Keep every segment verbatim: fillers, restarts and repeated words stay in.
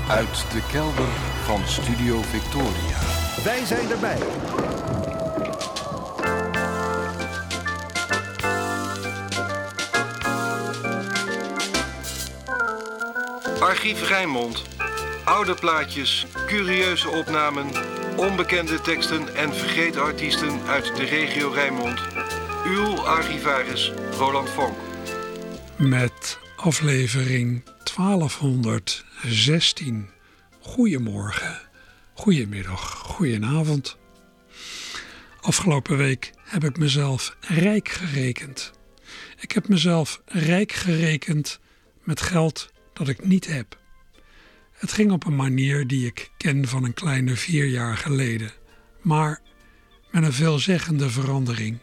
Uit de kelder van Studio Victoria. Wij zijn erbij. Archief Rijnmond. Oude plaatjes, curieuze opnamen, onbekende teksten en vergeten artiesten uit de regio Rijnmond. Uw archivaris Roland Vonk. Met aflevering twaalfhonderdzestien. Goedemorgen, goedemiddag, goedenavond. Afgelopen week heb ik mezelf rijk gerekend. Ik heb mezelf rijk gerekend met geld dat ik niet heb. Het ging op een manier die ik ken van een kleine vier jaar geleden, maar met een veelzeggende verandering.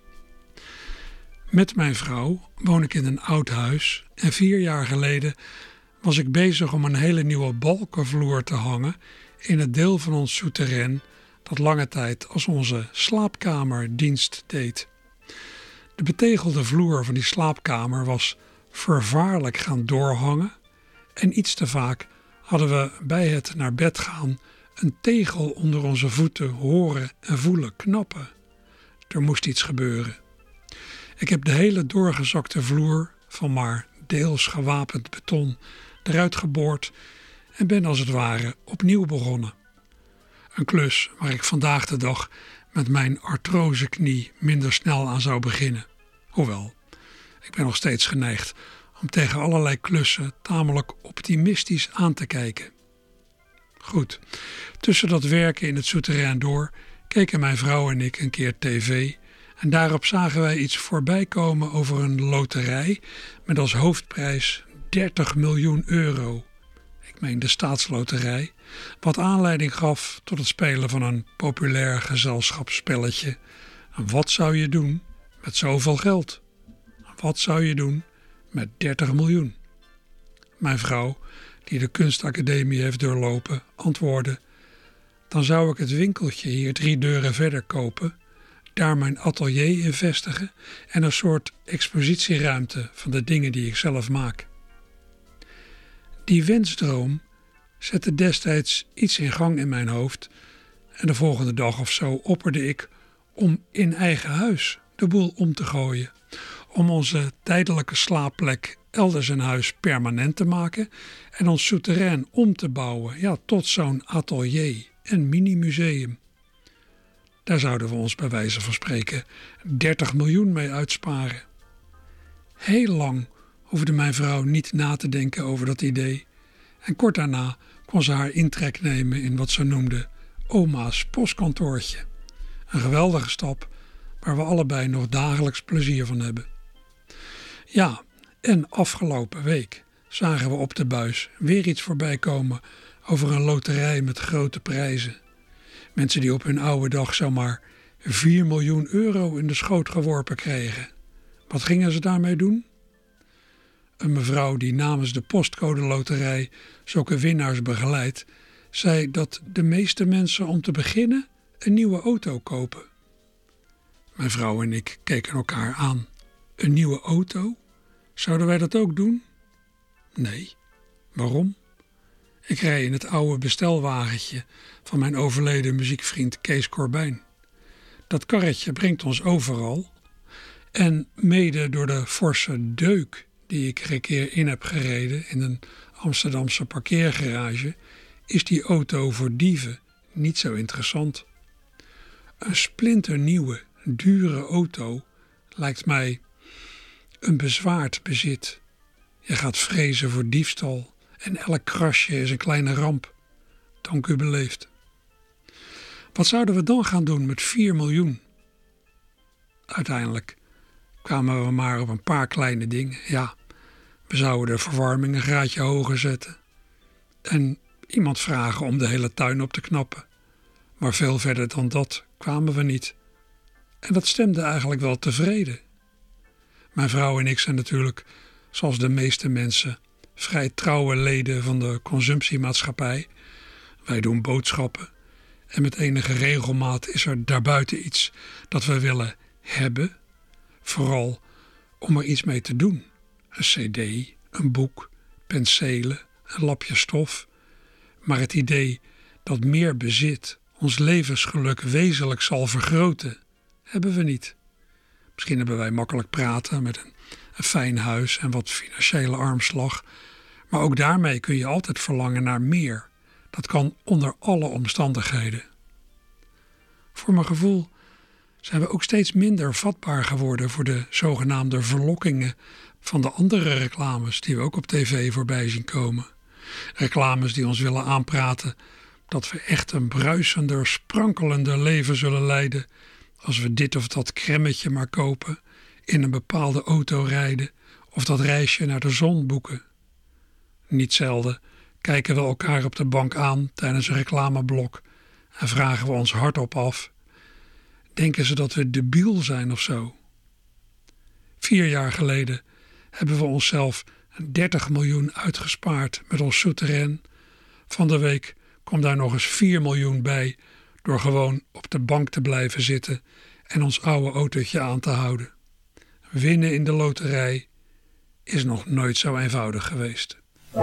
Met mijn vrouw woon ik in een oud huis en vier jaar geleden was ik bezig om een hele nieuwe balkenvloer te hangen in het deel van ons souterrain dat lange tijd als onze slaapkamer dienst deed. De betegelde vloer van die slaapkamer was vervaarlijk gaan doorhangen en iets te vaak hadden we bij het naar bed gaan een tegel onder onze voeten horen en voelen knappen. Er moest iets gebeuren. Ik heb de hele doorgezakte vloer van maar deels gewapend beton eruit geboord en ben als het ware opnieuw begonnen. Een klus waar ik vandaag de dag met mijn artroseknie minder snel aan zou beginnen. Hoewel, ik ben nog steeds geneigd om tegen allerlei klussen tamelijk optimistisch aan te kijken. Goed, tussen dat werken in het souterrain door keken mijn vrouw en ik een keer tv en daarop zagen wij iets voorbij komen over een loterij met als hoofdprijs dertig miljoen euro. Ik meen de staatsloterij, wat aanleiding gaf tot het spelen van een populair gezelschapsspelletje. Wat zou je doen met zoveel geld? Wat zou je doen met dertig miljoen? Mijn vrouw, die de kunstacademie heeft doorlopen, antwoordde: dan zou ik het winkeltje hier drie deuren verder kopen, daar mijn atelier in vestigen en een soort expositieruimte van de dingen die ik zelf maak. Die wensdroom zette destijds iets in gang in mijn hoofd en de volgende dag of zo opperde ik om in eigen huis de boel om te gooien, om onze tijdelijke slaapplek elders in huis permanent te maken en ons souterrain om te bouwen, ja, tot zo'n atelier en mini-museum. Daar zouden we ons bij wijze van spreken dertig miljoen mee uitsparen. Heel lang hoefde mijn vrouw niet na te denken over dat idee en kort daarna kon ze haar intrek nemen in wat ze noemde oma's postkantoortje. Een geweldige stap waar we allebei nog dagelijks plezier van hebben. Ja, en afgelopen week zagen we op de buis weer iets voorbij komen over een loterij met grote prijzen. Mensen die op hun oude dag zomaar vier miljoen euro in de schoot geworpen kregen. Wat gingen ze daarmee doen? Een mevrouw die namens de postcode loterij zulke winnaars begeleidt, zei dat de meeste mensen om te beginnen een nieuwe auto kopen. Mijn vrouw en ik keken elkaar aan. Een nieuwe auto? Zouden wij dat ook doen? Nee. Waarom? Ik rij in het oude bestelwagentje van mijn overleden muziekvriend Kees Corbijn. Dat karretje brengt ons overal en mede door de forse deuk die ik er een keer in heb gereden in een Amsterdamse parkeergarage is die auto voor dieven niet zo interessant. Een splinternieuwe, dure auto lijkt mij een bezwaard bezit. Je gaat vrezen voor diefstal en elk krasje is een kleine ramp. Dank u beleefd. Wat zouden we dan gaan doen met vier miljoen? Uiteindelijk kwamen we maar op een paar kleine dingen. Ja, we zouden de verwarming een graadje hoger zetten en iemand vragen om de hele tuin op te knappen. Maar veel verder dan dat kwamen we niet. En dat stemde eigenlijk wel tevreden. Mijn vrouw en ik zijn natuurlijk, zoals de meeste mensen, vrij trouwe leden van de consumptiemaatschappij. Wij doen boodschappen en met enige regelmaat is er daarbuiten iets dat we willen hebben. Vooral om er iets mee te doen. Een cd, een boek, penselen, een lapje stof. Maar het idee dat meer bezit ons levensgeluk wezenlijk zal vergroten, hebben we niet. Misschien hebben wij makkelijk praten met een, een fijn huis en wat financiële armslag. Maar ook daarmee kun je altijd verlangen naar meer. Dat kan onder alle omstandigheden. Voor mijn gevoel zijn we ook steeds minder vatbaar geworden voor de zogenaamde verlokkingen van de andere reclames die we ook op tv voorbij zien komen. Reclames die ons willen aanpraten dat we echt een bruisender, sprankelender leven zullen leiden als we dit of dat cremmetje maar kopen, in een bepaalde auto rijden of dat reisje naar de zon boeken. Niet zelden kijken we elkaar op de bank aan tijdens een reclameblok en vragen we ons hardop af: denken ze dat we debiel zijn of zo? Vier jaar geleden hebben we onszelf dertig miljoen uitgespaard met ons souterrain. Van de week kwam daar nog eens vier miljoen bij door gewoon op de bank te blijven zitten en ons oude autootje aan te houden. Winnen in de loterij is nog nooit zo eenvoudig geweest.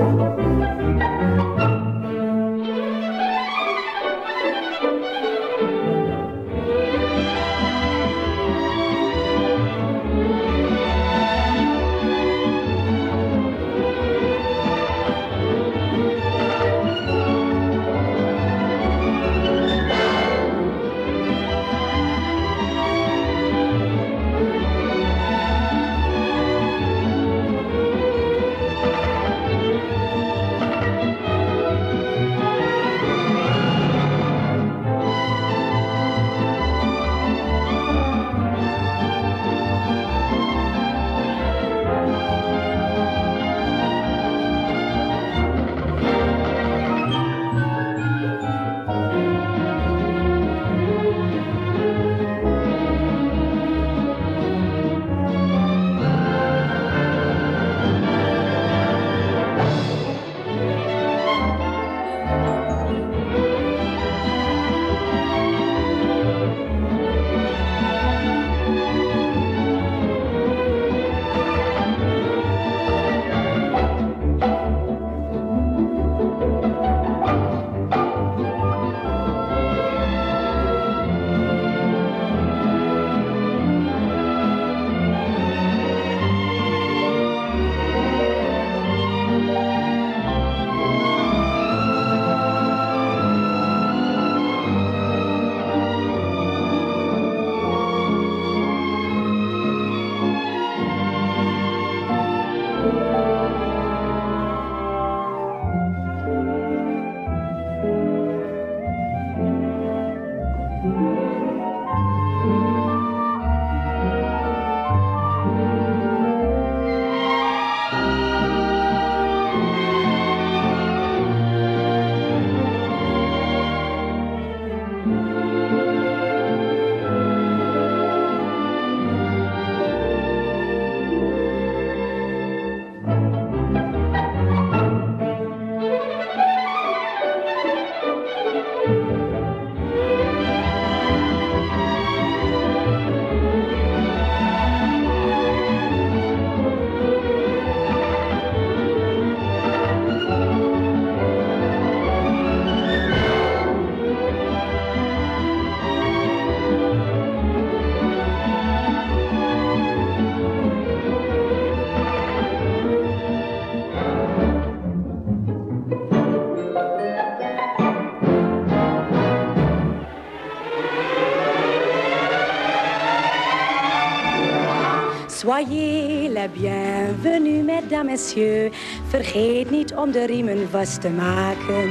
Soyez la bienvenue, mesdames, messieurs. Vergeet niet om de riemen vast te maken.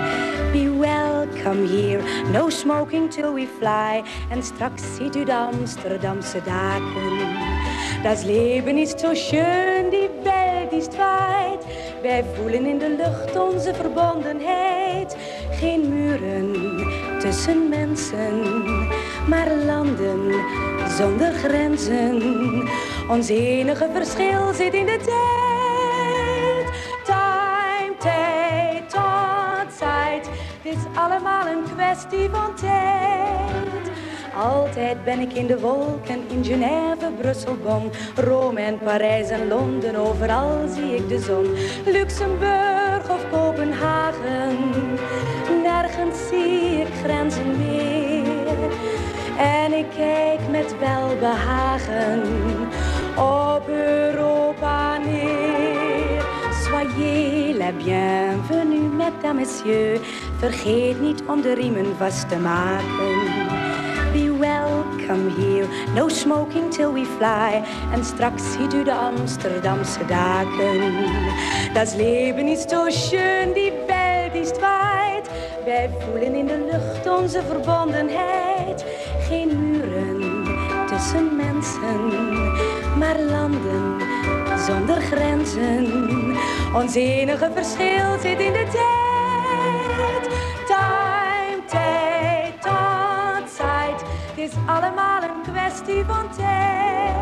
Be welcome here, no smoking till we fly. En straks ziet u de Amsterdamse daken. Das Leben ist so schön, die Welt ist weit. Wij voelen in de lucht onze verbondenheid. Geen muren tussen mensen, maar landen zonder grenzen. Ons enige verschil zit in de tijd. Time, tijd, tot tijd. Dit is allemaal een kwestie van tijd. Altijd ben ik in de wolken, in Genève, Brussel, Bonn, Rome en Parijs en Londen. Overal zie ik de zon. Luxemburg of Kopenhagen. zie ik grenzen meer. En ik kijk met welbehagen op Europa neer. Soyez la bienvenue, mesdames, messieurs. Vergeet niet om de riemen vast te maken. Be welcome here, no smoking till we fly. En straks ziet u de Amsterdamse daken. Das Leben ist so schön, die Welt ist weit. Wij voelen in de lucht onze verbondenheid. Geen muren tussen mensen, maar landen zonder grenzen. Ons enige verschil zit in de tijd. Time, tijd, tot tijd. Het is allemaal een kwestie van tijd.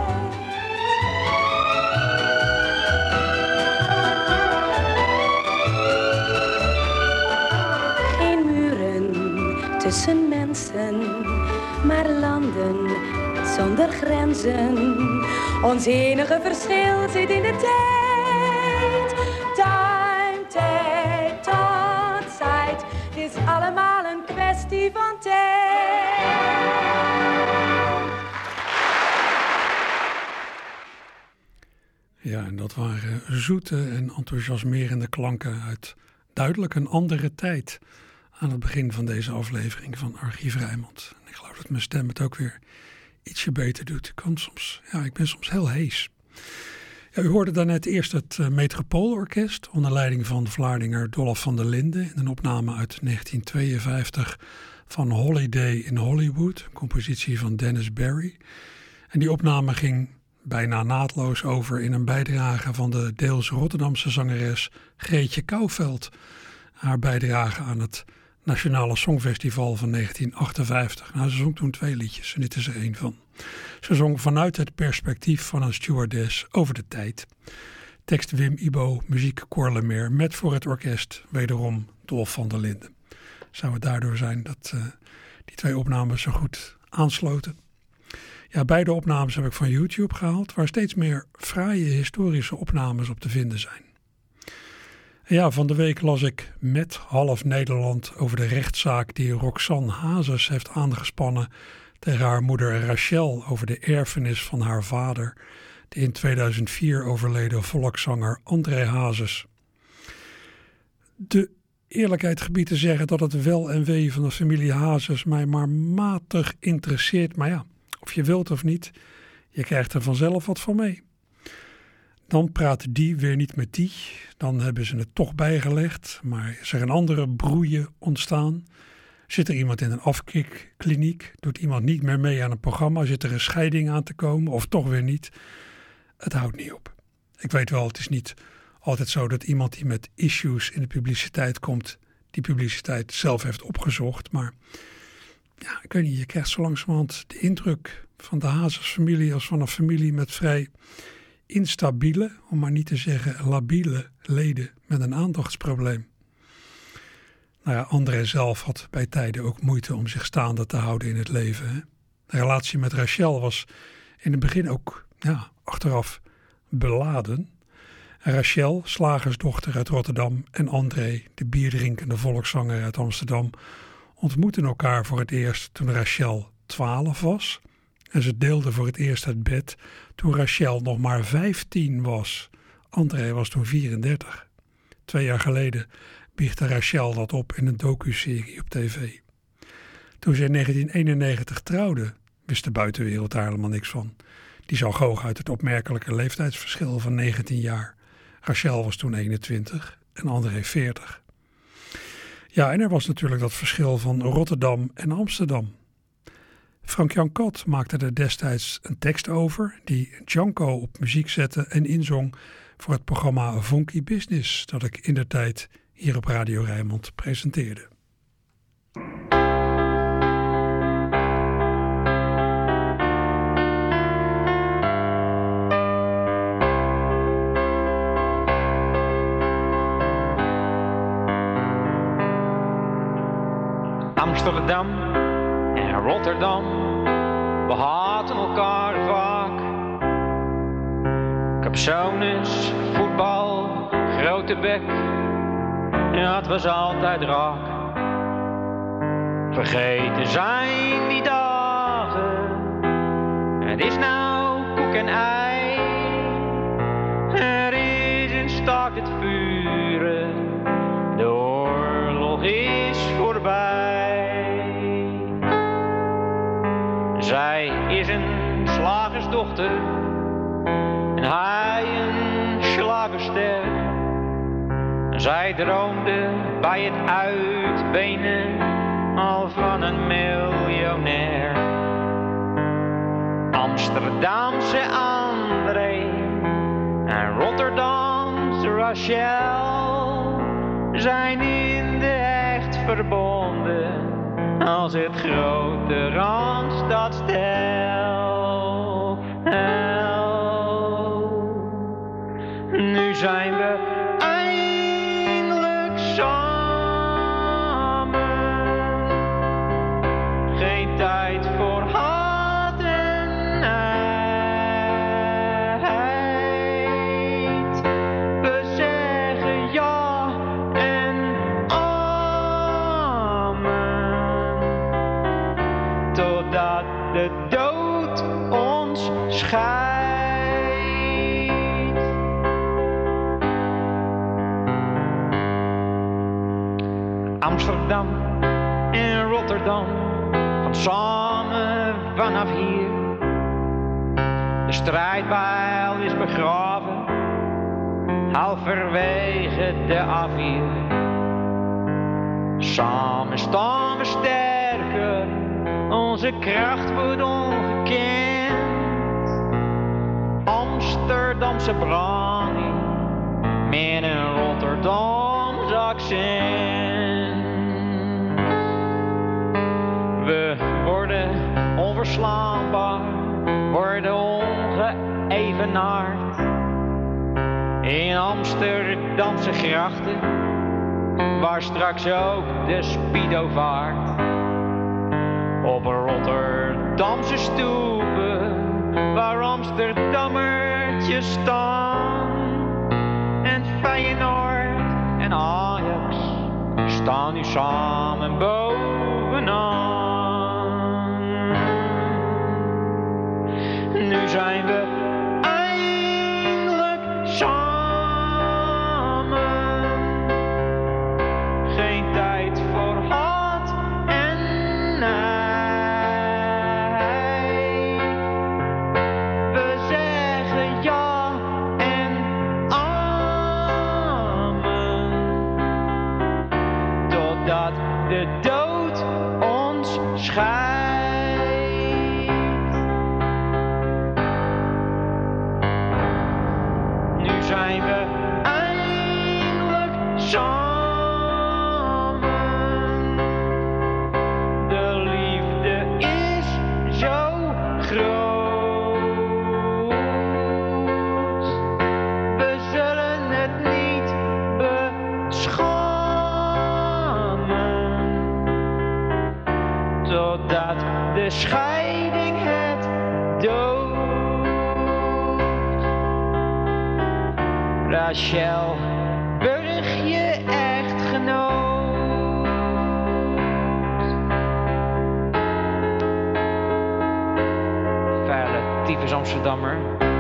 Geen muren tussen mensen, maar landen zonder grenzen. Ons enige verschil zit in de tijd. Time, tijd, tot tijd. Het is allemaal een kwestie van tijd. Ja, en dat waren zoete en enthousiasmerende klanken uit duidelijk een andere tijd aan het begin van deze aflevering van Archief Rijnmond. En ik geloof dat mijn stem het ook weer ietsje beter doet. Ik, kan soms, ja, ik ben soms heel hees. Ja, u hoorde daarnet eerst het uh, Metropoolorkest onder leiding van Vlaardinger Dolf van der Linden in een opname uit negentien tweeënvijftig van Holiday in Hollywood, een compositie van Dennis Barry. En die opname ging bijna naadloos over in een bijdrage van de deels Rotterdamse zangeres Greetje Kouwveld. Haar bijdrage aan het Nationale Songfestival van negentien achtenvijftig. Nou, ze zong toen twee liedjes en dit is er één van. Ze zong vanuit het perspectief van een stewardess over de tijd. Tekst Wim Ibo, muziek Cor Lemaire, met voor het orkest wederom Dolf van der Linden. Zou het daardoor zijn dat uh, die twee opnames zo goed aansloten? Ja, beide opnames heb ik van YouTube gehaald, waar steeds meer fraaie historische opnames op te vinden zijn. En ja, van de week las ik met half Nederland over de rechtszaak die Roxanne Hazes heeft aangespannen tegen haar moeder Rachel over de erfenis van haar vader, de in tweeduizend vier overleden volkszanger André Hazes. De eerlijkheid gebied te zeggen dat het wel en wee van de familie Hazes mij maar matig interesseert, maar ja, of je wilt of niet, je krijgt er vanzelf wat van mee. Dan praat die weer niet met die, dan hebben ze het toch bijgelegd, maar is er een andere broeie ontstaan? Zit er iemand in een afkikkliniek? Doet iemand niet meer mee aan een programma? Zit er een scheiding aan te komen of toch weer niet? Het houdt niet op. Ik weet wel, het is niet altijd zo dat iemand die met issues in de publiciteit komt, die publiciteit zelf heeft opgezocht, maar ja, ik weet niet, je krijgt zo langzamerhand de indruk van de Hazes-familie als van een familie met vrij instabiele, om maar niet te zeggen labiele leden met een aandachtsprobleem. Nou ja, André zelf had bij tijden ook moeite om zich staande te houden in het leven. Hè? De relatie met Rachel was in het begin ook ja, achteraf beladen. En Rachel, slagersdochter uit Rotterdam, en André, de bierdrinkende volkszanger uit Amsterdam, ontmoetten elkaar voor het eerst toen Rachel twaalf was. En ze deelden voor het eerst het bed toen Rachel nog maar vijftien was. André was toen vierendertig. Twee jaar geleden biechte Rachel dat op in een docuserie op tv. Toen ze in negentien eenennegentig trouwde, wist de buitenwereld daar helemaal niks van. Die zag hooguit het opmerkelijke leeftijdsverschil van negentien jaar. Rachel was toen eenentwintig en André veertig. Ja, en er was natuurlijk dat verschil van Rotterdam en Amsterdam. Frank-Jan Kat maakte er destijds een tekst over die Django op muziek zette en inzong voor het programma Funky Business dat ik indertijd hier op Radio Rijnmond presenteerde. Amsterdam en Rotterdam, we haten elkaar vaak. Capsones, voetbal, grote bek, ja, het was altijd raak. Vergeten zijn die dagen. Het is nou koek en ei. Er is een staakt het vuren. De oorlog is voorbij. Zij is een slagersdochter. En hij een slagerster. Zij droomde bij het uitbenen al van een miljonair. Amsterdamse André en Rotterdamse Rachel zijn in de echt verbonden als het grote Randstadstel. Nu zijn we eindelijk samen. Geen tijd voor haat en nijd. We zeggen ja en amen. Totdat de dood ons scheidt. Amsterdam en Rotterdam gaan samen vanaf hier. De strijdbijl is begraven, halverwege de A vier. Samen staan we sterker, onze kracht wordt ongekend. Amsterdamse branding met een Rotterdams accent. We worden onverslaanbaar, worden ongeëvenaard. In Amsterdamse grachten, waar straks ook de Speedo vaart. Op Rotterdamse stoepen, waar Amsterdammertjes staan. En Feyenoord en Ajax staan nu samen bovenaan. Nu zijn we eindelijk samen. Geen tijd voor haat en nijd. We zeggen ja en amen. Totdat de dood ons scheidt. Zijn we eindelijk samen. De liefde is zo groot. We zullen het niet beschamen. Totdat de scheiding het doodt. Rachel, burg je echtgenoot. Vuile tyfus Amsterdammer.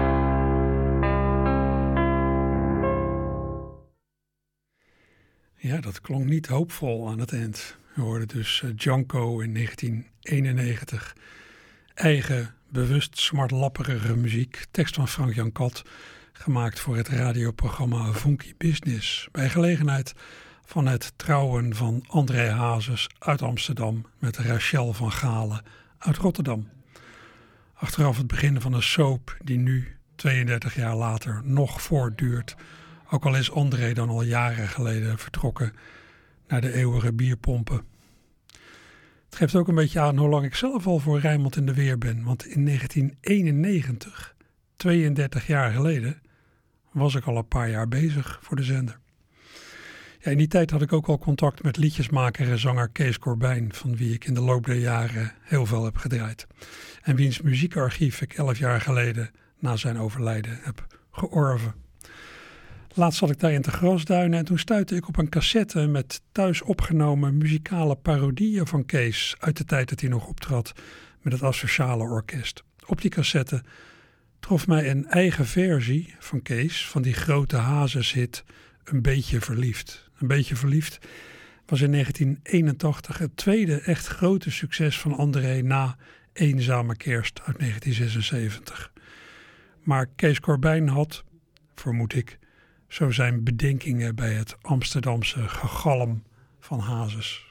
Ja, dat klonk niet hoopvol aan het eind. We hoorden dus uh, Janko in negentien eenennegentig. Eigen, bewust smartlapperige muziek. Tekst van Frank-Jan Kat. Gemaakt voor het radioprogramma Funky Business. Bij gelegenheid van het trouwen van André Hazes uit Amsterdam met Rachel van Galen uit Rotterdam. Achteraf het begin van een soap die nu, tweeëndertig jaar later, nog voortduurt. Ook al is André dan al jaren geleden vertrokken naar de eeuwige bierpompen. Het geeft ook een beetje aan hoe lang ik zelf al voor Rijnmond in de Weer ben. Want in negentien eenennegentig, tweeëndertig jaar geleden, was ik al een paar jaar bezig voor de zender. Ja, in die tijd had ik ook al contact met liedjesmaker en zanger Kees Corbijn, van wie ik in de loop der jaren heel veel heb gedraaid. En wiens muziekarchief ik elf jaar geleden na zijn overlijden heb georven. Laatst zat ik daar in de Grasduinen en toen stuitte ik op een cassette met thuis opgenomen muzikale parodieën van Kees uit de tijd dat hij nog optrad met het Asociale Orkest. Op die cassette trof mij een eigen versie van Kees van die grote Hazes-hit Een beetje verliefd. Een beetje verliefd was in negentien eenentachtig het tweede echt grote succes van André na Eenzame Kerst uit negentien zesenzeventig. Maar Kees Corbijn had, vermoed ik, zo zijn bedenkingen bij het Amsterdamse gegalm van Hazes.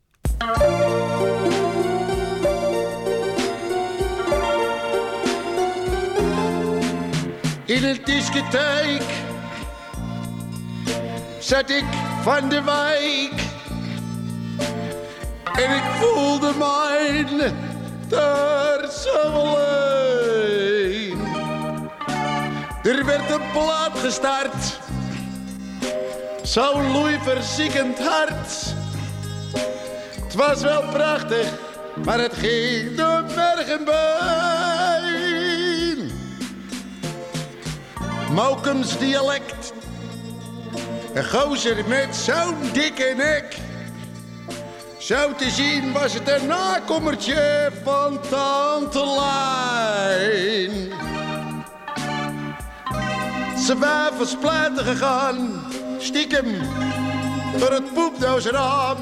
In een discotheek zat ik van de wijk en ik voelde mij daar zo alleen. Er werd een plaat gestart, zo'n loeiverziekend hart. Het was wel prachtig, maar het ging door berg en been. Mokums dialect, een gozer met zo'n dikke nek. Zo te zien was het een nakommertje van Tante Lijn. Ze waren splijten gegaan, stiekem, door het poepdoosraam.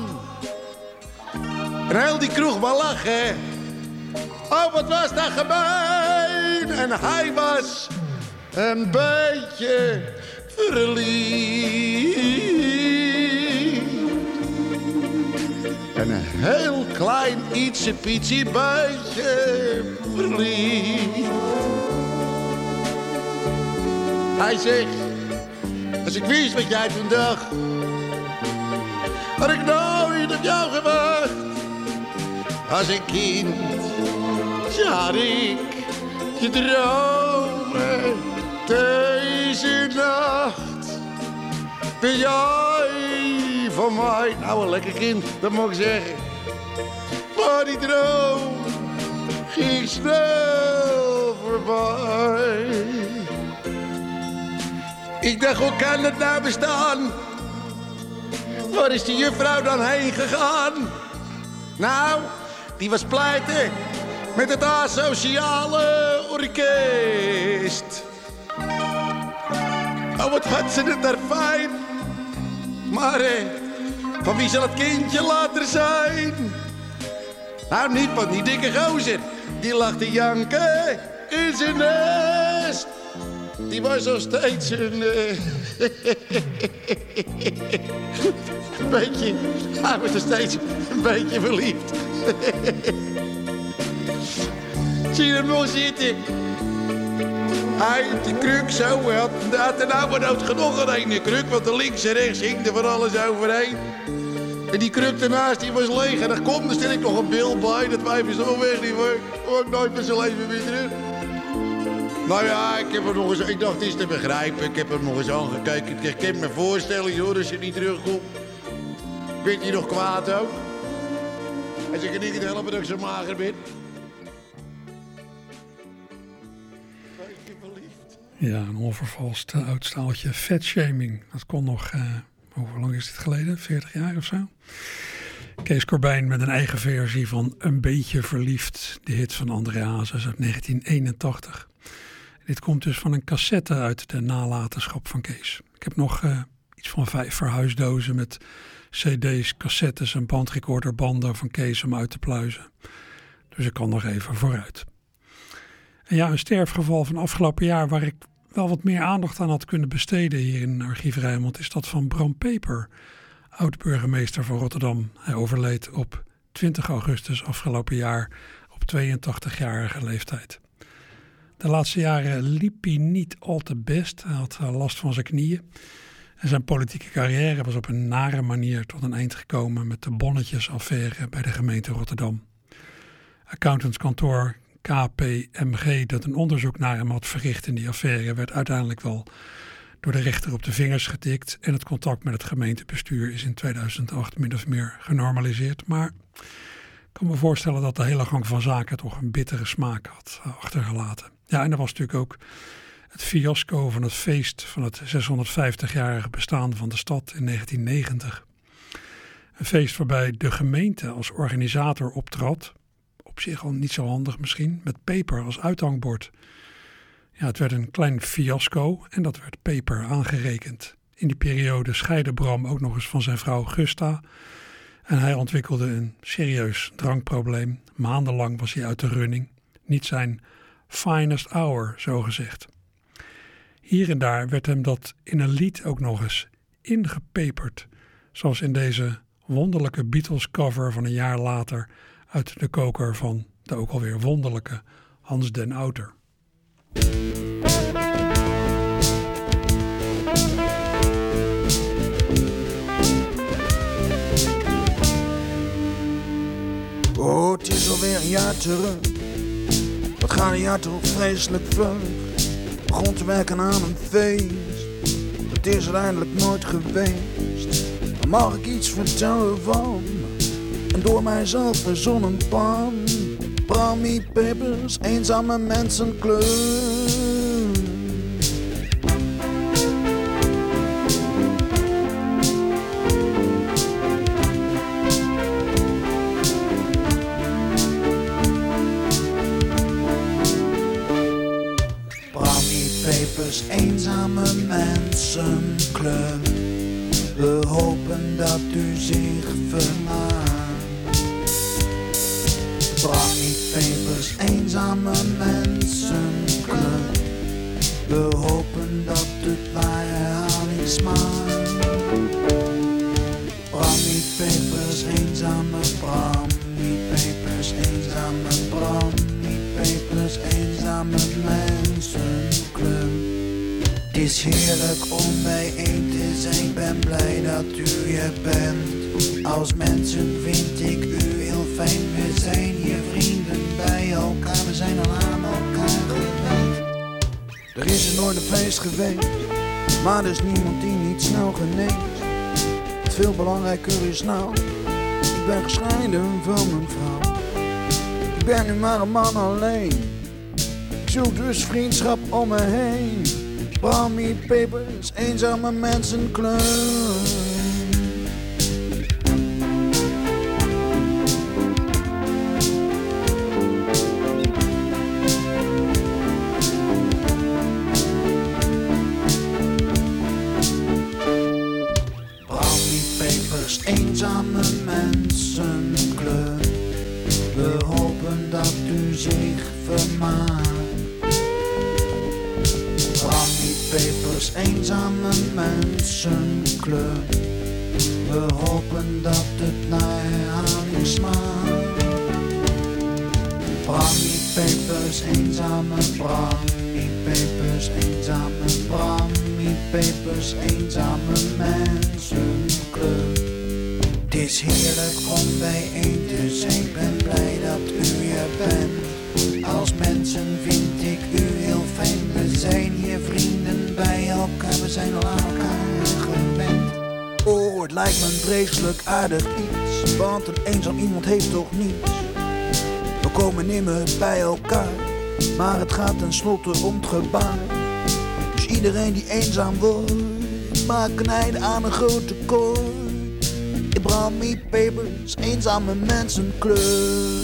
En heel die kroeg maar lachen. Oh, wat was dat gemeen. En hij was een beetje verliefd. En een heel klein ietsje pietje beetje verliefd. Hij zegt, als ik wist wat jij toen dacht, had ik nooit op jou gewacht. Als een kind zat ik je dromen deze nacht. Ben jij van mij? Nou, een lekker kind, dat mag ik zeggen. Maar die droom ging snel voorbij. Ik dacht, hoe kan het nou bestaan? Waar is die juffrouw dan heen gegaan? Nou, die was pleiten met het Asociale Orkest. Oh, wat had ze het daar fijn. Maar eh, van wie zal het kindje later zijn? Nou, niet van die dikke gozer. Die lag te janken in zijn nest. Die was nog steeds een... Uh, een beetje... Hij was nog steeds een beetje verliefd. Zie je hem nog zitten? Hij had die kruk zo. Hij had, had er nou maar nood genoeg aan een kruk. Want er links en rechts hing er van alles overheen. En die kruk ernaast die was leeg. En dan komt er stel ik nog een beeld bij. Dat wijf is zo weg. Die hoor ik nooit meer zijn leven weer terug. Nou ja, ik heb er nog eens... Ik dacht, het is te begrijpen. Ik heb er nog eens aangekeken. Ik kan me voorstellen, joh, als je niet terugkomt. Bent je nog kwaad ook? Als ik er niet kan helpen dat ik zo mager ben. Ja, een onvervalst uh, oud staaltje vetshaming. Dat kon nog, uh, hoe lang is dit geleden? veertig jaar of zo? Kees Corbijn met een eigen versie van Een beetje verliefd. De hit van André Hazes uit negentien eenentachtig. Dit komt dus van een cassette uit de nalatenschap van Kees. Ik heb nog uh, iets van vijf verhuisdozen met cd's, cassettes en bandrecorderbanden van Kees om uit te pluizen. Dus ik kan nog even vooruit. En ja, een sterfgeval van afgelopen jaar waar ik wel wat meer aandacht aan had kunnen besteden hier in Archief Rijnmond is dat van Bram Peper, oud-burgemeester van Rotterdam. Hij overleed op twintig augustus afgelopen jaar op tweeëntachtigjarige leeftijd. De laatste jaren liep hij niet al te best. Hij had last van zijn knieën. En zijn politieke carrière was op een nare manier tot een eind gekomen met de bonnetjesaffaire bij de gemeente Rotterdam. Accountantskantoor K P M G dat een onderzoek naar hem had verricht in die affaire werd uiteindelijk wel door de rechter op de vingers getikt. En het contact met het gemeentebestuur is in tweeduizend acht min of meer genormaliseerd. Maar ik kan me voorstellen dat de hele gang van zaken toch een bittere smaak had achtergelaten. Ja, en er was natuurlijk ook Het fiasco van het feest van het zeshonderdvijftigjarige bestaan van de stad in negentien negentig. Een feest waarbij de gemeente als organisator optrad. Op zich al niet zo handig misschien, met peper als uithangbord. Ja, het werd een klein fiasco en dat werd peper aangerekend. In die periode scheidde Bram ook nog eens van zijn vrouw Gusta. En hij ontwikkelde een serieus drankprobleem. Maandenlang was hij uit de running. Niet zijn finest hour, zogezegd. Hier en daar werd hem dat in een lied ook nog eens ingepeperd. Zoals in deze wonderlijke Beatles cover van een jaar later uit de koker van de ook alweer wonderlijke Hans den Outer. Oh, het is alweer een jaar terug. Wat gaat een jaar toch vreselijk vlug. Begon te werken aan een feest. Het is uiteindelijk nooit geweest. Dan mag ik iets vertellen van een door mijzelf verzonnen plan. Brammy Papers, eenzame mensenkleur. Eenzame mensenkleur. We hopen dat u zich vermaakt. Brammy Papers, eenzame mensenkleur. We hopen dat het bij herhaling smaakt. Brammy Papers, eenzame Brammy Papers, eenzame Brammy Papers, eenzame mensenkleur. Het is heerlijk om bijeen te zijn, ik ben blij dat u er bent. Als mensen vind ik u heel fijn, we zijn hier vrienden bij elkaar, we zijn al aan elkaar gewend. Er is er nooit een feest geweest, maar er is niemand die niet snel geneest. Wat veel belangrijker is nou, ik ben gescheiden van mijn vrouw. Ik ben nu maar een man alleen, ik zoek dus vriendschap om me heen. Brammy Papers, eenzame mensenkleur. Brammy Papers, eenzame mensenkleur. We hopen dat u zich vermaakt. Papers, eenzame mensenkleur. We hopen dat het naar herhaling smaakt. Brammy Papers, eenzame Brammy Papers, eenzame Brammy Papers, eenzame mensenkleur. Het is heerlijk om bijeen te zijn, ik ben blij dat u er bent. Als mensen vind ik u heel fijn, we zijn hier vrienden bij elkaar, we zijn al aan elkaar gewend. Oh, het lijkt me een vreselijk aardig iets, want een eenzaam iemand heeft toch niets. We komen nimmer bij elkaar, maar het gaat tenslotte om het gebaar. Dus iedereen die eenzaam wordt, maakt een einde aan een grote kooi. In Brammy Papers, eenzame mensenkleur.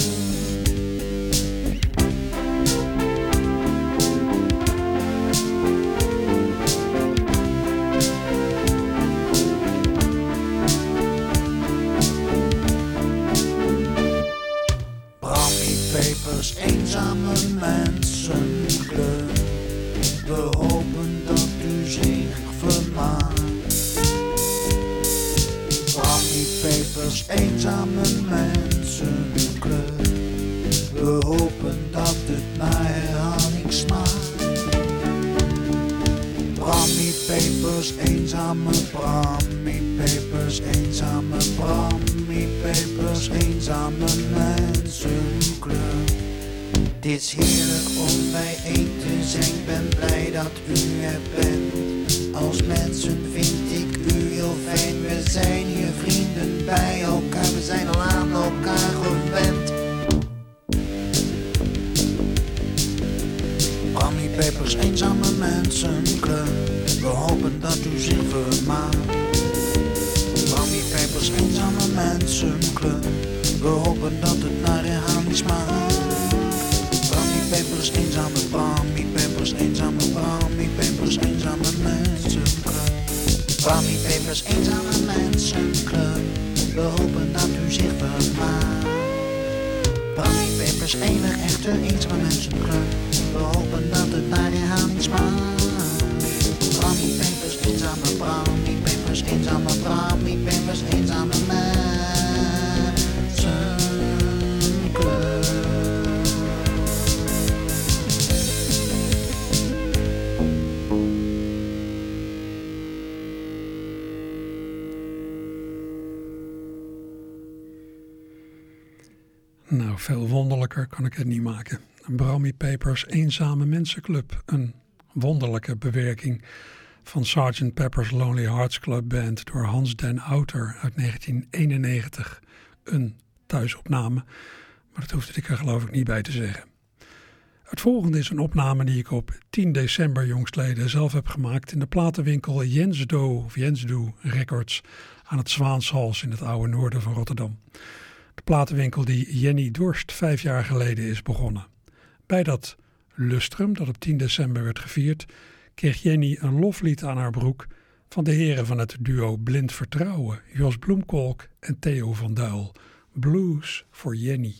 Eenzame mensenkleur. We hopen dat u zich vermaakt. Brammy Papers, eenzame mensenkleur. We hopen dat het naar herhaling smaakt. Brammy Papers, eenzame Brammy Papers, eenzame Brammy Papers, eenzame mensenkleur. Het is heerlijk om bijeen te zijn, ik ben blij dat u er bent. Als mensen vind ik u heel fijn, we zijn hier vrienden bij elkaar, we zijn al aan elkaar gewend. Brammy Papers, eenzame mensen. Mensenclub. We hopen dat het naar herhaling smaakt. Brammy Papers, eenzame Brammy Papers, eenzame Brammy Papers, eenzame Mensenclub. Brammy Papers, eenzame Mensenclub. We hopen dat u zich vermaakt. Brammy Papers, eeuwig echte eenzame Mensenclub. We hopen dat het naar herhaling smaakt. Brammy Papers, eenzame Brammy Papers, eenzame Brammy Papers, eenzame Mensenclub. Nou, veel wonderlijker kan ik het niet maken. Brammy Papers, eenzame Mensenclub. Een wonderlijke bewerking van sergeant Pepper's Lonely Hearts Club Band door Hans den Outer uit negentien eenennegentig. Een thuisopname, maar dat hoefde ik er geloof ik niet bij te zeggen. Het volgende is een opname die ik op tien december jongstleden zelf heb gemaakt in de platenwinkel Jensdo of Jensdo Records aan het Zwaanshals in het oude noorden van Rotterdam. De platenwinkel die Jenny Dorst vijf jaar geleden is begonnen. Bij dat lustrum dat op tien december werd gevierd, kreeg Jenny een loflied aan haar broek van de heren van het duo Blind Vertrouwen, Jos Bloemkolk en Theo van Duil. Blues voor Jenny.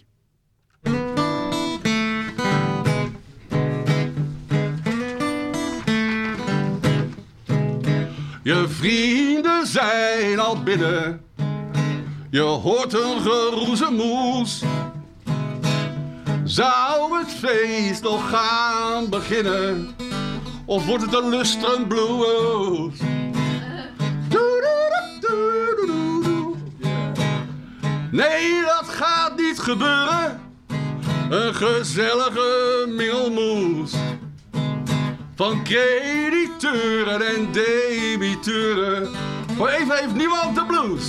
Je vrienden zijn al binnen, je hoort een geroezemoes. Zou het feest nog gaan beginnen, of wordt het een lustrum blues? Nee, dat gaat niet gebeuren. Een gezellige mingelmoes van crediteuren en debiteuren. Voor even heeft niemand de blues.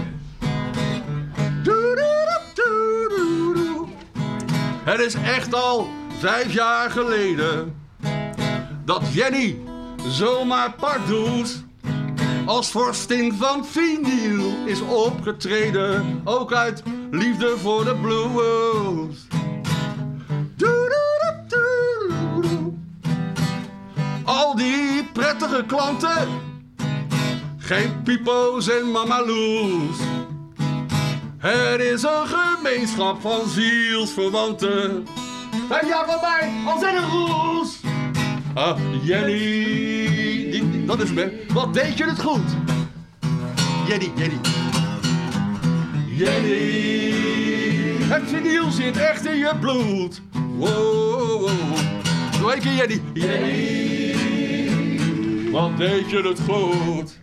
Het is echt al vijf jaar geleden dat Jenny zomaar pardoes als vorstin van vinyl is opgetreden. Ook uit liefde voor de blues. Al die prettige klanten, geen pipo's en mamaloes. Het is een gemeenschap van zielsverwanten. Vijf jaar van mij, als in een roes. Ah, Jenny, die, die, dat is me. Wat deed je het goed? Jenny, Jenny. Jenny. Het vinyl zit echt in je bloed. Wow, wow, wow. Doe een keer Jenny. Jenny. Wat deed je het goed?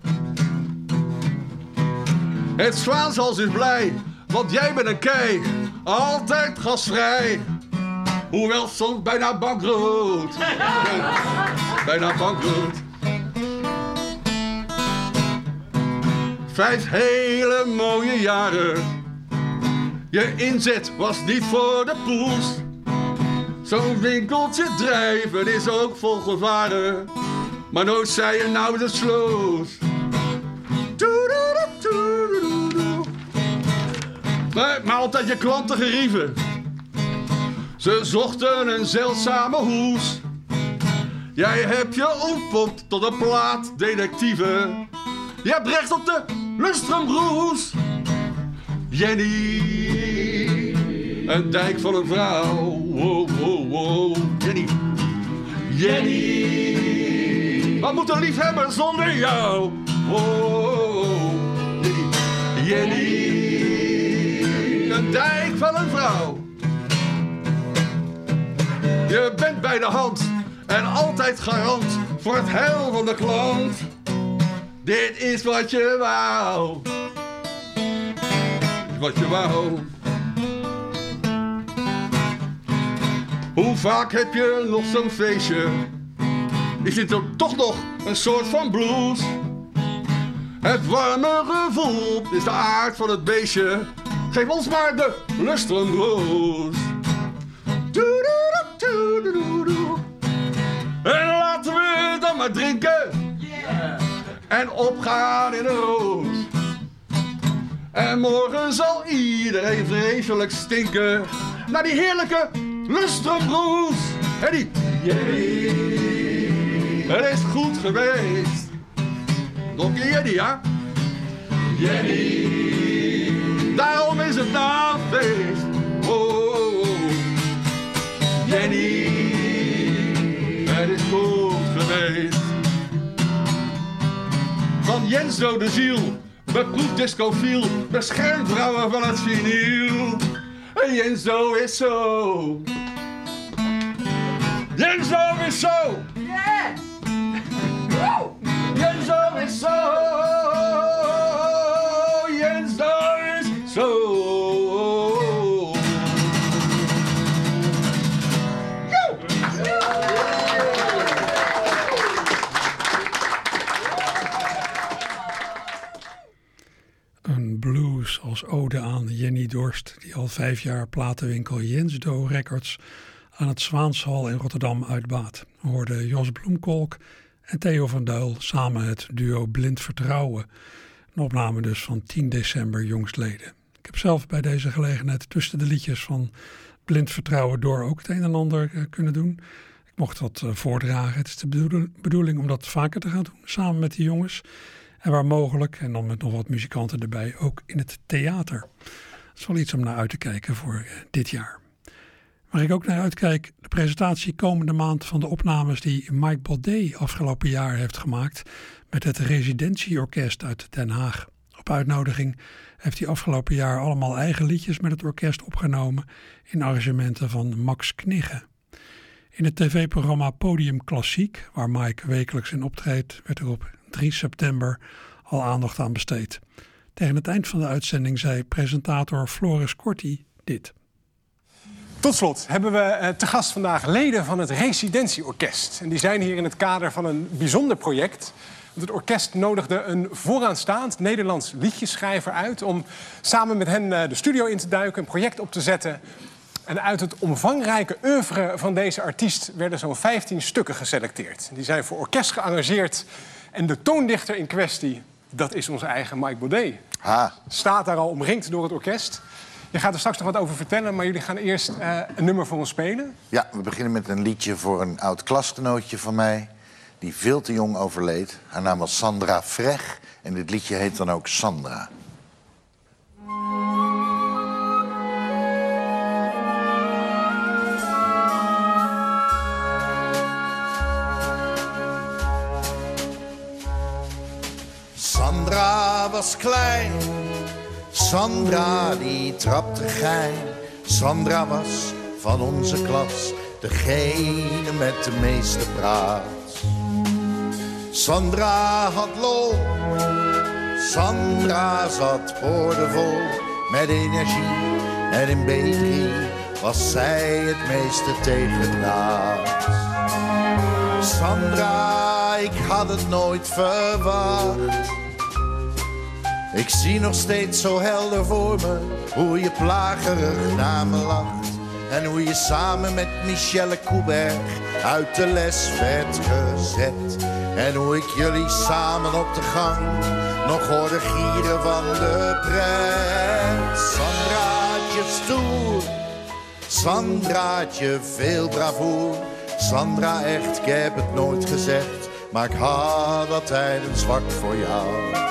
Het Zwaanshals is blij, want jij bent een kei. Altijd gastvrij. Hoewel soms bijna bankroet. Bijna bankroet. Vijf hele mooie jaren. Je inzet was niet voor de poes. Zo'n winkeltje drijven is ook vol gevaren. Maar nooit zei je nou de sloos. Maar, maar altijd je klanten gerieven. Ze zochten een zeldzame hoes. Jij hebt je ontpopt tot een plaatdetectieve. Je hebt recht op de lustrumbroes. Jenny, een dijk van een vrouw. Wow, wow, wow. Jenny, Jenny, wat moet een liefhebber zonder jou? Wow, Jenny, Jenny, een dijk van een vrouw. Je bent bij de hand en altijd garant voor het heil van de klant. Dit is wat je wou. Wat je wou. Hoe vaak heb je nog zo'n feestje? Is dit er toch nog een soort van blues? Het warme gevoel is de aard van het beestje. Geef ons maar de lustrumbroes. En laten we dan maar drinken. Yeah. En opgaan in een roos. En morgen zal iedereen vreselijk stinken naar die heerlijke lustrumroes. En die Jenny, het is goed geweest. Nog een keer Jenny, ja? Jenny, daarom is het nou feest. Oh, oh, oh. Jenny, het is goed geweest. Van Jens dode ziel, beproefd discofiel, beschermd vrouwen van het vinyl. En Jenzo is zo. Jenzo is zo. Yeah! Jenzo is zo. Jenzo is zo. Een blues als ode aan Jenny Dorst, die al vijf jaar platenwinkel Jensdo Records aan het Zwaanshal in Rotterdam uitbaat. We hoorden Jos Bloemkolk en Theo van Duil samen het duo Blind Vertrouwen. Een opname dus van tien december jongstleden. Ik heb zelf bij deze gelegenheid tussen de liedjes van Blind Vertrouwen door ook het een en ander uh, kunnen doen. Ik mocht wat uh, voordragen. Het is de bedoeling om dat vaker te gaan doen, samen met die jongens. En waar mogelijk, en dan met nog wat muzikanten erbij, ook in het theater. Dat is wel iets om naar uit te kijken voor uh, dit jaar. Waar ik ook naar uitkijk, de presentatie komende maand van de opnames die Mike Baudet afgelopen jaar heeft gemaakt met het Residentieorkest uit Den Haag. Op uitnodiging heeft hij afgelopen jaar allemaal eigen liedjes met het orkest opgenomen in arrangementen van Max Knigge. In het tv-programma Podium Klassiek, waar Mike wekelijks in optreedt, werd er op drie september al aandacht aan besteed. Tegen het eind van de uitzending zei presentator Floris Corti dit. Tot slot hebben we te gast vandaag leden van het Residentieorkest. En die zijn hier in het kader van een bijzonder project. Want het orkest nodigde een vooraanstaand Nederlands liedjeschrijver uit om samen met hen de studio in te duiken, een project op te zetten. En uit het omvangrijke oeuvre van deze artiest werden zo'n vijftien stukken geselecteerd. Die zijn voor orkest gearrangeerd. En de toondichter in kwestie, dat is onze eigen Mike Baudet. Ha. Staat daar al omringd door het orkest. Je gaat er straks nog wat over vertellen, maar jullie gaan eerst uh, een nummer voor ons spelen. Ja, we beginnen met een liedje voor een oud klasgenootje van mij, die veel te jong overleed. Haar naam was Sandra Vreg en dit liedje heet dan ook Sandra. Sandra was klein, Sandra die trapte gein. Sandra was van onze klas degene met de meeste praat. Sandra had lol, Sandra zat boordevol met energie. En in B drie was zij het meeste tegendraad. Sandra, ik had het nooit verwacht. Ik zie nog steeds zo helder voor me hoe je plagerig naar me lacht. En hoe je samen met Michelle Koeberg uit de les werd gezet. En hoe ik jullie samen op de gang nog hoorde gieren van de pret. Sandraatje stoer, Sandraatje veel bravoer. Sandra echt, ik heb het nooit gezegd, maar ik had altijd een zwak voor jou.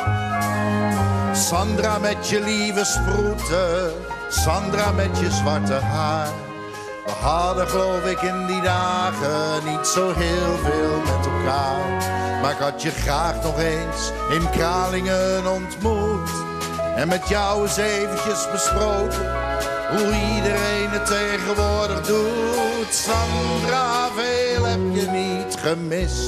Sandra met je lieve sproeten, Sandra met je zwarte haar. We hadden geloof ik in die dagen niet zo heel veel met elkaar. Maar ik had je graag nog eens in Kralingen ontmoet. En met jou eens eventjes besproken hoe iedereen het tegenwoordig doet. Sandra, veel heb je niet gemist.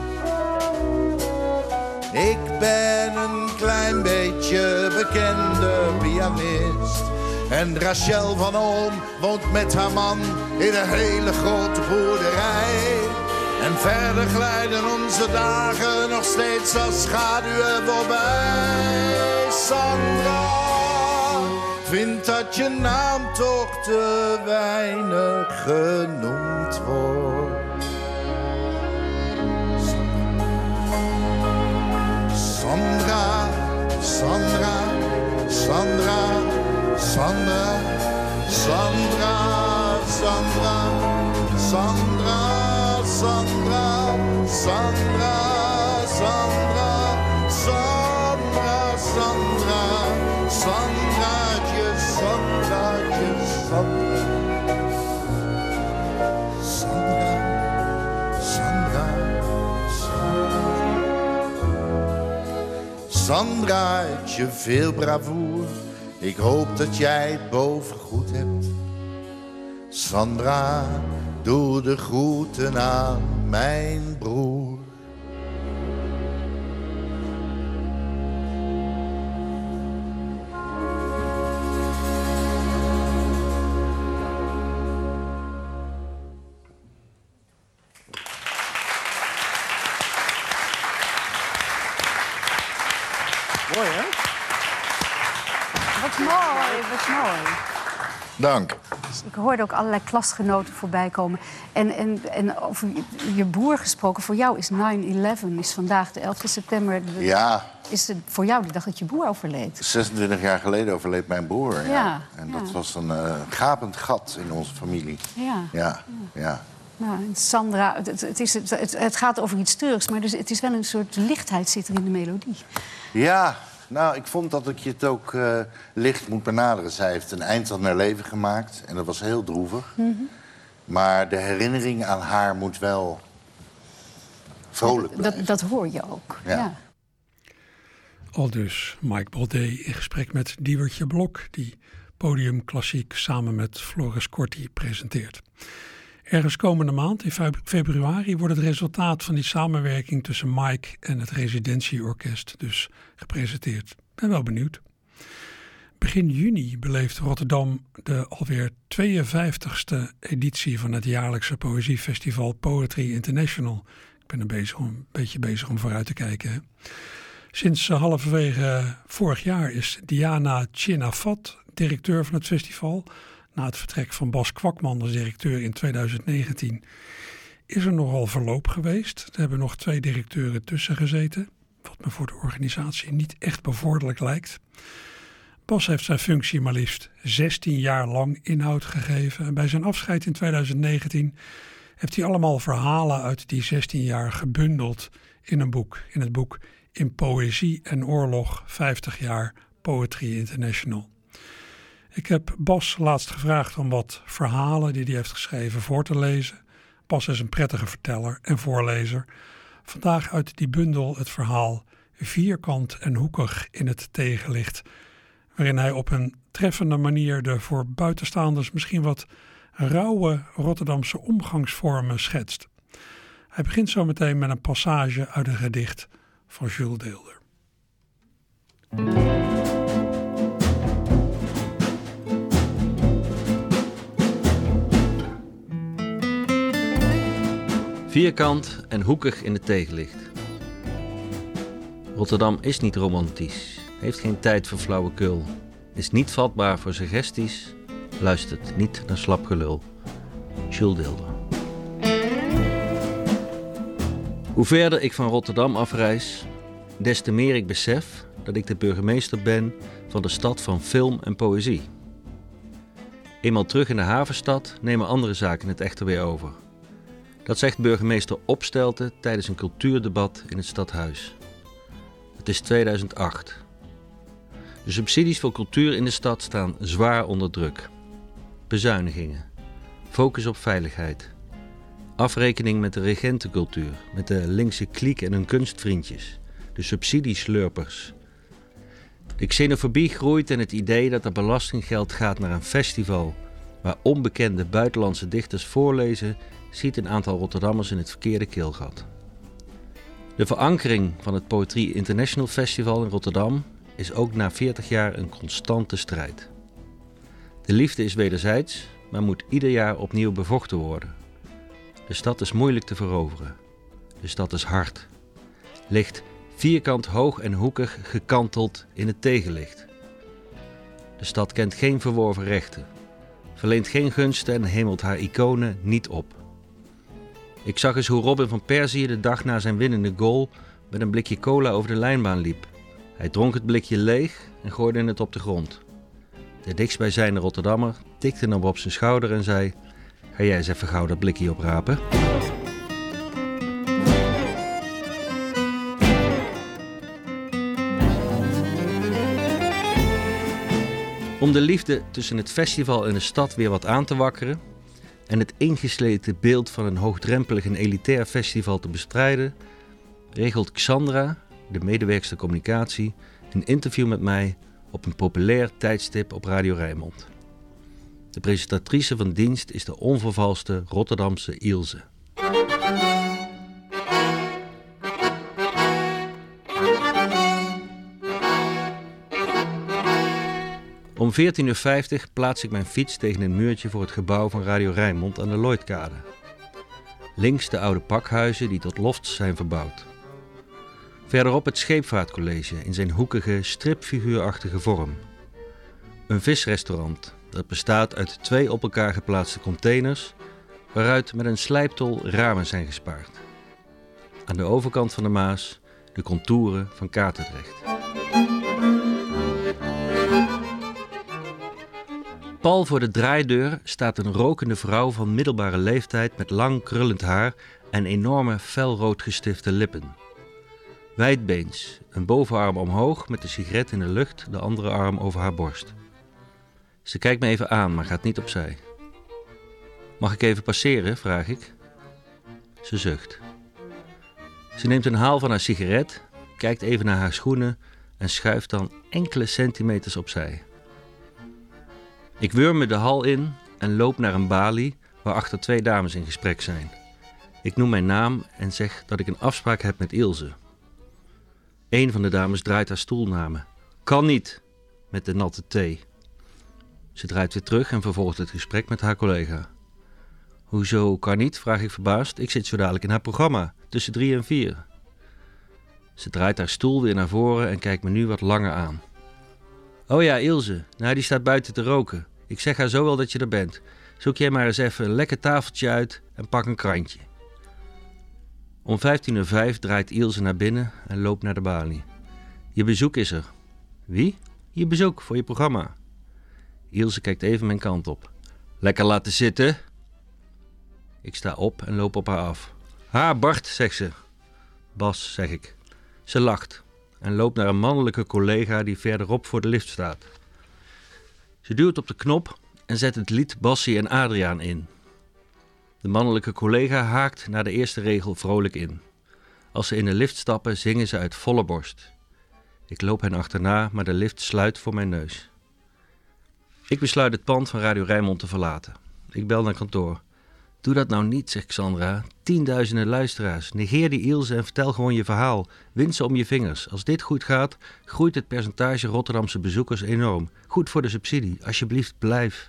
Ik ben een klein beetje bekende pianist. En Rachel van Oom woont met haar man in een hele grote boerderij. En verder glijden onze dagen nog steeds als schaduwen voorbij. Sandra, vind dat je naam toch te weinig genoemd wordt. Sandra, Sandra, Sandra, Sandra, Sandra, Sandra, Sandra, Sandra, Sandra, Sandra, Sandra, Sandra, Sandraatje, Sandraatje, Sandra, Sandra, Sandra, Sandra. Sandraatje, veel bravoer, ik hoop dat jij het boven goed hebt. Sandra, doe de groeten aan mijn broer. Mooi, hè? Wat mooi, wat mooi. Dank. Ik hoorde ook allerlei klasgenoten voorbij komen. En, en, en over je broer gesproken, voor jou is nine eleven, is vandaag de elfde september. Ja. Is het voor jou de dag dat je broer overleed? zesentwintig jaar geleden overleed mijn broer. Ja. Ja, En ja. dat was een uh, gapend gat in onze familie. Ja. Ja, ja. Nou, en Sandra, het, het, is, het, het, het gaat over iets terug, maar dus, het is wel een soort lichtheid zit er in de melodie. Ja, nou, ik vond dat ik je het ook uh, licht moet benaderen. Zij heeft een eind aan haar leven gemaakt en dat was heel droevig. Mm-hmm. Maar de herinnering aan haar moet wel vrolijk blijven. Dat, dat hoor je ook, ja. ja. Aldus Mike Baudet in gesprek met Diewertje Blok, die Podium Klassiek samen met Floris Corti presenteert. Ergens komende maand, in februari, wordt het resultaat van die samenwerking tussen Mike en het Residentieorkest dus gepresenteerd. Ik ben wel benieuwd. Begin juni beleeft Rotterdam de alweer tweeënvijftigste editie van het jaarlijkse poëziefestival Poetry International. Ik ben er bezig om, een beetje bezig om vooruit te kijken. Hè. Sinds uh, halverwege vorig jaar is Diana Chinafat directeur van het festival. Na het vertrek van Bas Kwakman als directeur in tweeduizend negentien is er nogal verloop geweest. Er hebben nog twee directeuren tussen gezeten, wat me voor de organisatie niet echt bevorderlijk lijkt. Bas heeft zijn functie maar liefst zestien jaar lang inhoud gegeven. En bij zijn afscheid in tweeduizend negentien heeft hij allemaal verhalen uit die zestien jaar gebundeld in een boek. In het boek In Poëzie en Oorlog, vijftig jaar Poetry International. Ik heb Bas laatst gevraagd om wat verhalen die hij heeft geschreven voor te lezen. Bas is een prettige verteller en voorlezer. Vandaag uit die bundel het verhaal Vierkant en hoekig in het tegenlicht, waarin hij op een treffende manier de voor buitenstaanders misschien wat rauwe Rotterdamse omgangsvormen schetst. Hij begint zo meteen met een passage uit een gedicht van Jules Deelder. Vierkant en hoekig in het tegenlicht. Rotterdam is niet romantisch, heeft geen tijd voor flauwekul, is niet vatbaar voor suggesties, luistert niet naar slap gelul. Jules Deelder. Hoe verder ik van Rotterdam afreis, des te meer ik besef dat ik de burgemeester ben van de stad van film en poëzie. Eenmaal terug in de havenstad nemen andere zaken het echter weer over. Dat zegt burgemeester Opstelten tijdens een cultuurdebat in het stadhuis. Het is tweeduizend acht. De subsidies voor cultuur in de stad staan zwaar onder druk. Bezuinigingen, focus op veiligheid, afrekening met de regentencultuur, met de linkse kliek en hun kunstvriendjes, de subsidieslurpers. De xenofobie groeit en het idee dat er belastinggeld gaat naar een festival waar onbekende buitenlandse dichters voorlezen, ziet een aantal Rotterdammers in het verkeerde keelgat. De verankering van het Poetry International Festival in Rotterdam is ook na veertig jaar een constante strijd. De liefde is wederzijds, maar moet ieder jaar opnieuw bevochten worden. De stad is moeilijk te veroveren. De stad is hard. Ligt vierkant, hoog en hoekig gekanteld in het tegenlicht. De stad kent geen verworven rechten, verleent geen gunsten en hemelt haar iconen niet op. Ik zag eens hoe Robin van Persie de dag na zijn winnende goal met een blikje cola over de lijnbaan liep. Hij dronk het blikje leeg en gooide het op de grond. De dichtstbijzijnde Rotterdammer tikte hem op zijn schouder en zei: ga jij eens even gauw dat blikje oprapen? Om de liefde tussen het festival en de stad weer wat aan te wakkeren en het ingesleten beeld van een hoogdrempelig en elitair festival te bestrijden, regelt Xandra, de medewerkster communicatie, een interview met mij op een populair tijdstip op Radio Rijnmond. De presentatrice van dienst is de onvervalste Rotterdamse Ilse. Om veertien uur vijftig plaats ik mijn fiets tegen een muurtje voor het gebouw van Radio Rijnmond aan de Lloydkade. Links de oude pakhuizen die tot lofts zijn verbouwd. Verderop het Scheepvaartcollege in zijn hoekige, stripfiguurachtige vorm. Een visrestaurant dat bestaat uit twee op elkaar geplaatste containers waaruit met een slijptol ramen zijn gespaard. Aan de overkant van de Maas de contouren van Katendrecht. Pal voor de draaideur staat een rokende vrouw van middelbare leeftijd met lang krullend haar en enorme felrood gestifte lippen. Wijdbeens, een bovenarm omhoog met de sigaret in de lucht, de andere arm over haar borst. Ze kijkt me even aan, maar gaat niet opzij. Mag ik even passeren, vraag ik. Ze zucht. Ze neemt een haal van haar sigaret, kijkt even naar haar schoenen en schuift dan enkele centimeters opzij. Ik wurm me de hal in en loop naar een balie waarachter twee dames in gesprek zijn. Ik noem mijn naam en zeg dat ik een afspraak heb met Ilse. Een van de dames draait haar stoel naar me. Kan niet, met de natte thee. Ze draait weer terug en vervolgt het gesprek met haar collega. Hoezo kan niet, vraag ik verbaasd. Ik zit zo dadelijk in haar programma, tussen drie en vier. Ze draait haar stoel weer naar voren en kijkt me nu wat langer aan. Oh ja, Ilse, nou die staat buiten te roken. Ik zeg haar zo wel dat je er bent. Zoek jij maar eens even een lekker tafeltje uit en pak een krantje. Om vijftien uur vijf draait Ilse naar binnen en loopt naar de balie. Je bezoek is er. Wie? Je bezoek voor je programma. Ilse kijkt even mijn kant op. Lekker laten zitten. Ik sta op en loop op haar af. Ha, Bart, zegt ze. Bas, zeg ik. Ze lacht en loopt naar een mannelijke collega die verderop voor de lift staat. Ze duwt op de knop en zet het lied Bassie en Adriaan in. De mannelijke collega haakt naar de eerste regel vrolijk in. Als ze in de lift stappen, zingen ze uit volle borst. Ik loop hen achterna, maar de lift sluit voor mijn neus. Ik besluit het pand van Radio Rijnmond te verlaten. Ik bel naar kantoor. Doe dat nou niet, zegt Xandra. Tienduizenden luisteraars. Negeer die Ilse en vertel gewoon je verhaal. Wint ze om je vingers. Als dit goed gaat, groeit het percentage Rotterdamse bezoekers enorm. Goed voor de subsidie. Alsjeblieft, blijf.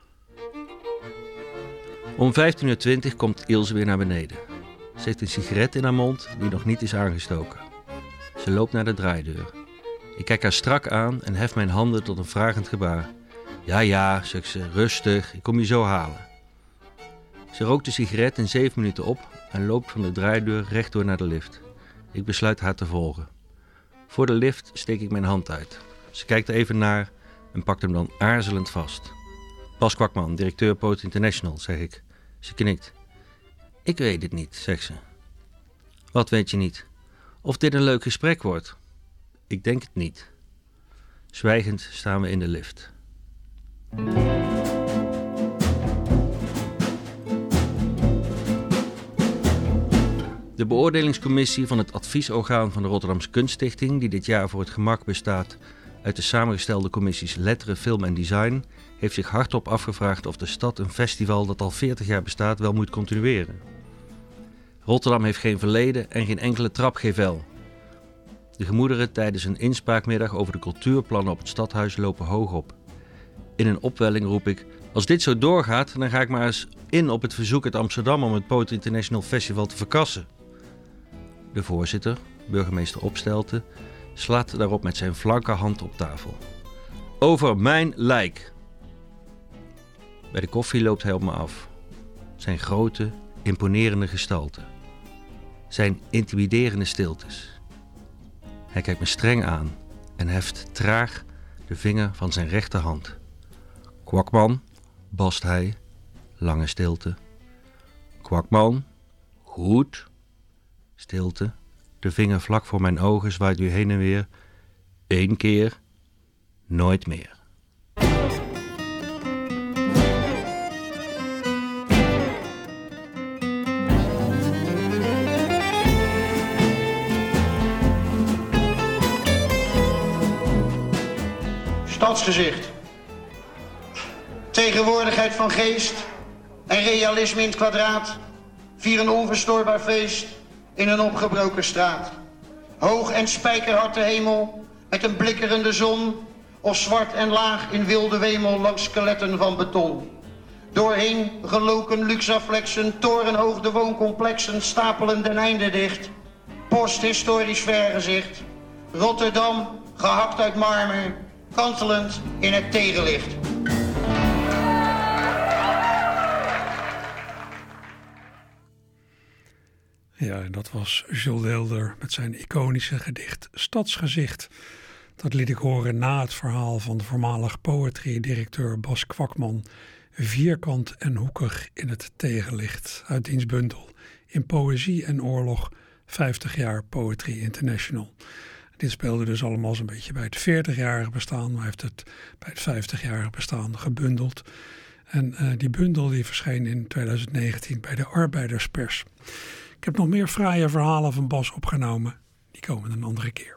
Om vijftien uur twintig komt Ilse weer naar beneden. Ze heeft een sigaret in haar mond die nog niet is aangestoken. Ze loopt naar de draaideur. Ik kijk haar strak aan en hef mijn handen tot een vragend gebaar. Ja, ja, zegt ze, rustig, ik kom je zo halen. Ze rookt de sigaret in zeven minuten op en loopt van de draaideur rechtdoor naar de lift. Ik besluit haar te volgen. Voor de lift steek ik mijn hand uit. Ze kijkt er even naar en pakt hem dan aarzelend vast. Bas Kwakman, directeur Poot International, zeg ik. Ze knikt. Ik weet het niet, zegt ze. Wat weet je niet? Of dit een leuk gesprek wordt? Ik denk het niet. Zwijgend staan we in de lift. De beoordelingscommissie van het adviesorgaan van de Rotterdamse Kunststichting, die dit jaar voor het gemak bestaat uit de samengestelde commissies Letteren, Film en Design, heeft zich hardop afgevraagd of de stad een festival dat al veertig jaar bestaat wel moet continueren. Rotterdam heeft geen verleden en geen enkele trapgevel. De gemoederen tijdens een inspraakmiddag over de cultuurplannen op het stadhuis lopen hoog op. In een opwelling roep ik: als dit zo doorgaat, dan ga ik maar eens in op het verzoek uit Amsterdam om het Poot International Festival te verkassen. De voorzitter, burgemeester Opstelten, slaat daarop met zijn flanke hand op tafel. Over mijn lijk! Bij de koffie loopt hij op me af. Zijn grote, imponerende gestalte. Zijn intimiderende stiltes. Hij kijkt me streng aan en heft traag de vinger van zijn rechterhand. Kwakman, bast hij, lange stilte. Kwakman, goed. Stilte, de vinger vlak voor mijn ogen zwaait u heen en weer. Eén keer, nooit meer. Stadsgezicht. Tegenwoordigheid van geest en realisme in het kwadraat. Vier een onverstoorbaar feest in een opgebroken straat. Hoog en spijkerharte hemel met een blikkerende zon. Of zwart en laag in wilde wemel langs skeletten van beton. Doorheen geloken luxaflexen, torenhoog de wooncomplexen stapelen den einde dicht. Posthistorisch vergezicht. Rotterdam, gehakt uit marmer, kantelend in het tegenlicht. Ja, en dat was Jules Deelder met zijn iconische gedicht Stadsgezicht. Dat liet ik horen na het verhaal van de voormalig poëtry-directeur Bas Kwakman. Vierkant en hoekig in het tegenlicht uit diens bundel In Poëzie en Oorlog, vijftig jaar Poetry International. Dit speelde dus allemaal zo'n beetje bij het veertigjarige bestaan, maar hij heeft het bij het vijftigjarige bestaan gebundeld. En uh, die bundel die verscheen in twintig negentien bij de Arbeiderspers. Ik heb nog meer fraaie verhalen van Bas opgenomen. Die komen een andere keer.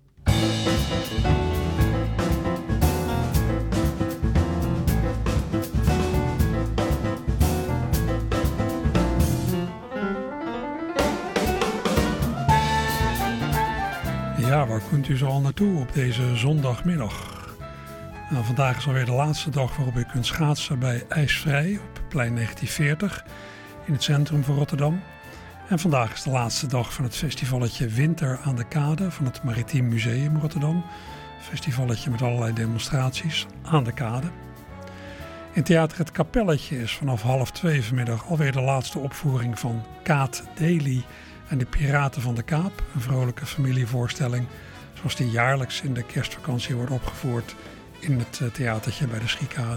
Ja, waar kunt u zo al naartoe op deze zondagmiddag? Nou, vandaag is alweer de laatste dag waarop u kunt schaatsen bij IJsvrij op plein negentien veertig in het centrum van Rotterdam. En vandaag is de laatste dag van het festivalletje Winter aan de Kade van het Maritiem Museum Rotterdam. Een festivalletje met allerlei demonstraties aan de kade. In Theater Het Kapelletje is vanaf half twee vanmiddag alweer de laatste opvoering van Kaat Daly en de Piraten van de Kaap. Een vrolijke familievoorstelling zoals die jaarlijks in de kerstvakantie wordt opgevoerd in het theatertje bij de Schiekade.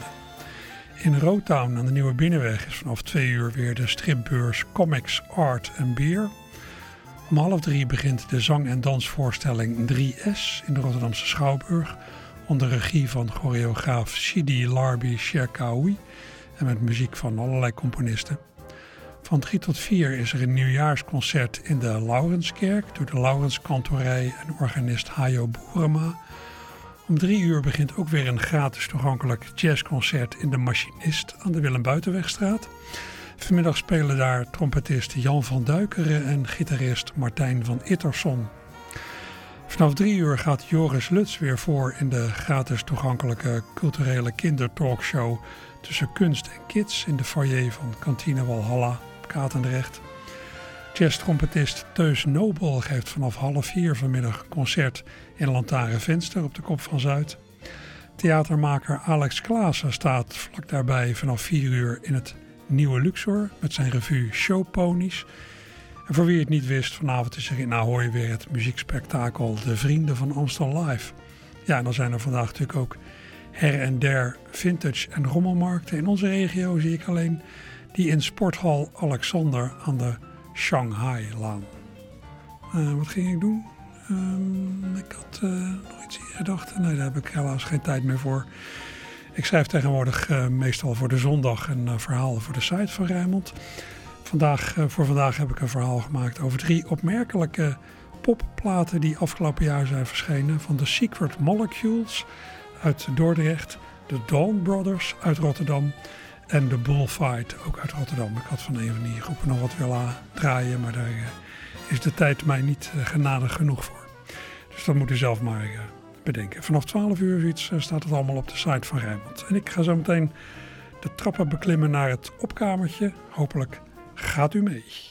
In Rotown aan de Nieuwe Binnenweg is vanaf twee uur weer de stripbeurs Comics, Art en Beer. Om half drie begint de zang- en dansvoorstelling drie S in de Rotterdamse Schouwburg onder regie van choreograaf Sidi Larbi Cherkaoui en met muziek van allerlei componisten. Van drie tot vier is er een nieuwjaarsconcert in de Laurenskerk door de Laurenskantorij en organist Hajo Boerema. Om drie uur begint ook weer een gratis toegankelijk jazzconcert in de Machinist aan de Willem Buitenwegstraat. Vanmiddag spelen daar trompetist Jan van Duikeren en gitarist Martijn van Itterson. Vanaf drie uur gaat Joris Luts weer voor in de gratis toegankelijke culturele kindertalkshow tussen kunst en kids in de foyer van Kantine Walhalla op Katendrecht. Jazztrompetist Teus Nobel geeft vanaf half vier vanmiddag concert in Lantaarnvenster op de Kop van Zuid. Theatermaker Alex Klaassen staat vlak daarbij vanaf vier uur in het Nieuwe Luxor met zijn revue Showponies. En voor wie het niet wist, vanavond is er in Ahoy weer het muziekspektakel De Vrienden van Amstel Live. Ja, en dan zijn er vandaag natuurlijk ook her en der vintage en rommelmarkten. In onze regio zie ik alleen die in Sporthal Alexander aan de Shanghai-laan. Uh, wat ging ik doen? Um, ik had uh, nog iets in gedachten. Nee, daar heb ik helaas geen tijd meer voor. Ik schrijf tegenwoordig uh, meestal voor de zondag een uh, verhaal voor de site van Rijnmond. Vandaag, uh, voor vandaag heb ik een verhaal gemaakt over drie opmerkelijke popplaten die afgelopen jaar zijn verschenen. Van The Secret Molecules uit Dordrecht, de Dawn Brothers uit Rotterdam en de Bullfight ook uit Rotterdam. Ik had van een van die groepen nog wat willen draaien, maar daar uh, is de tijd mij niet uh, genadig genoeg voor. Dus dat moet u zelf maar uh, bedenken. Vanaf twaalf uur zoiets uh, staat het allemaal op de site van Rijnmond. En ik ga zo meteen de trappen beklimmen naar het opkamertje. Hopelijk gaat u mee.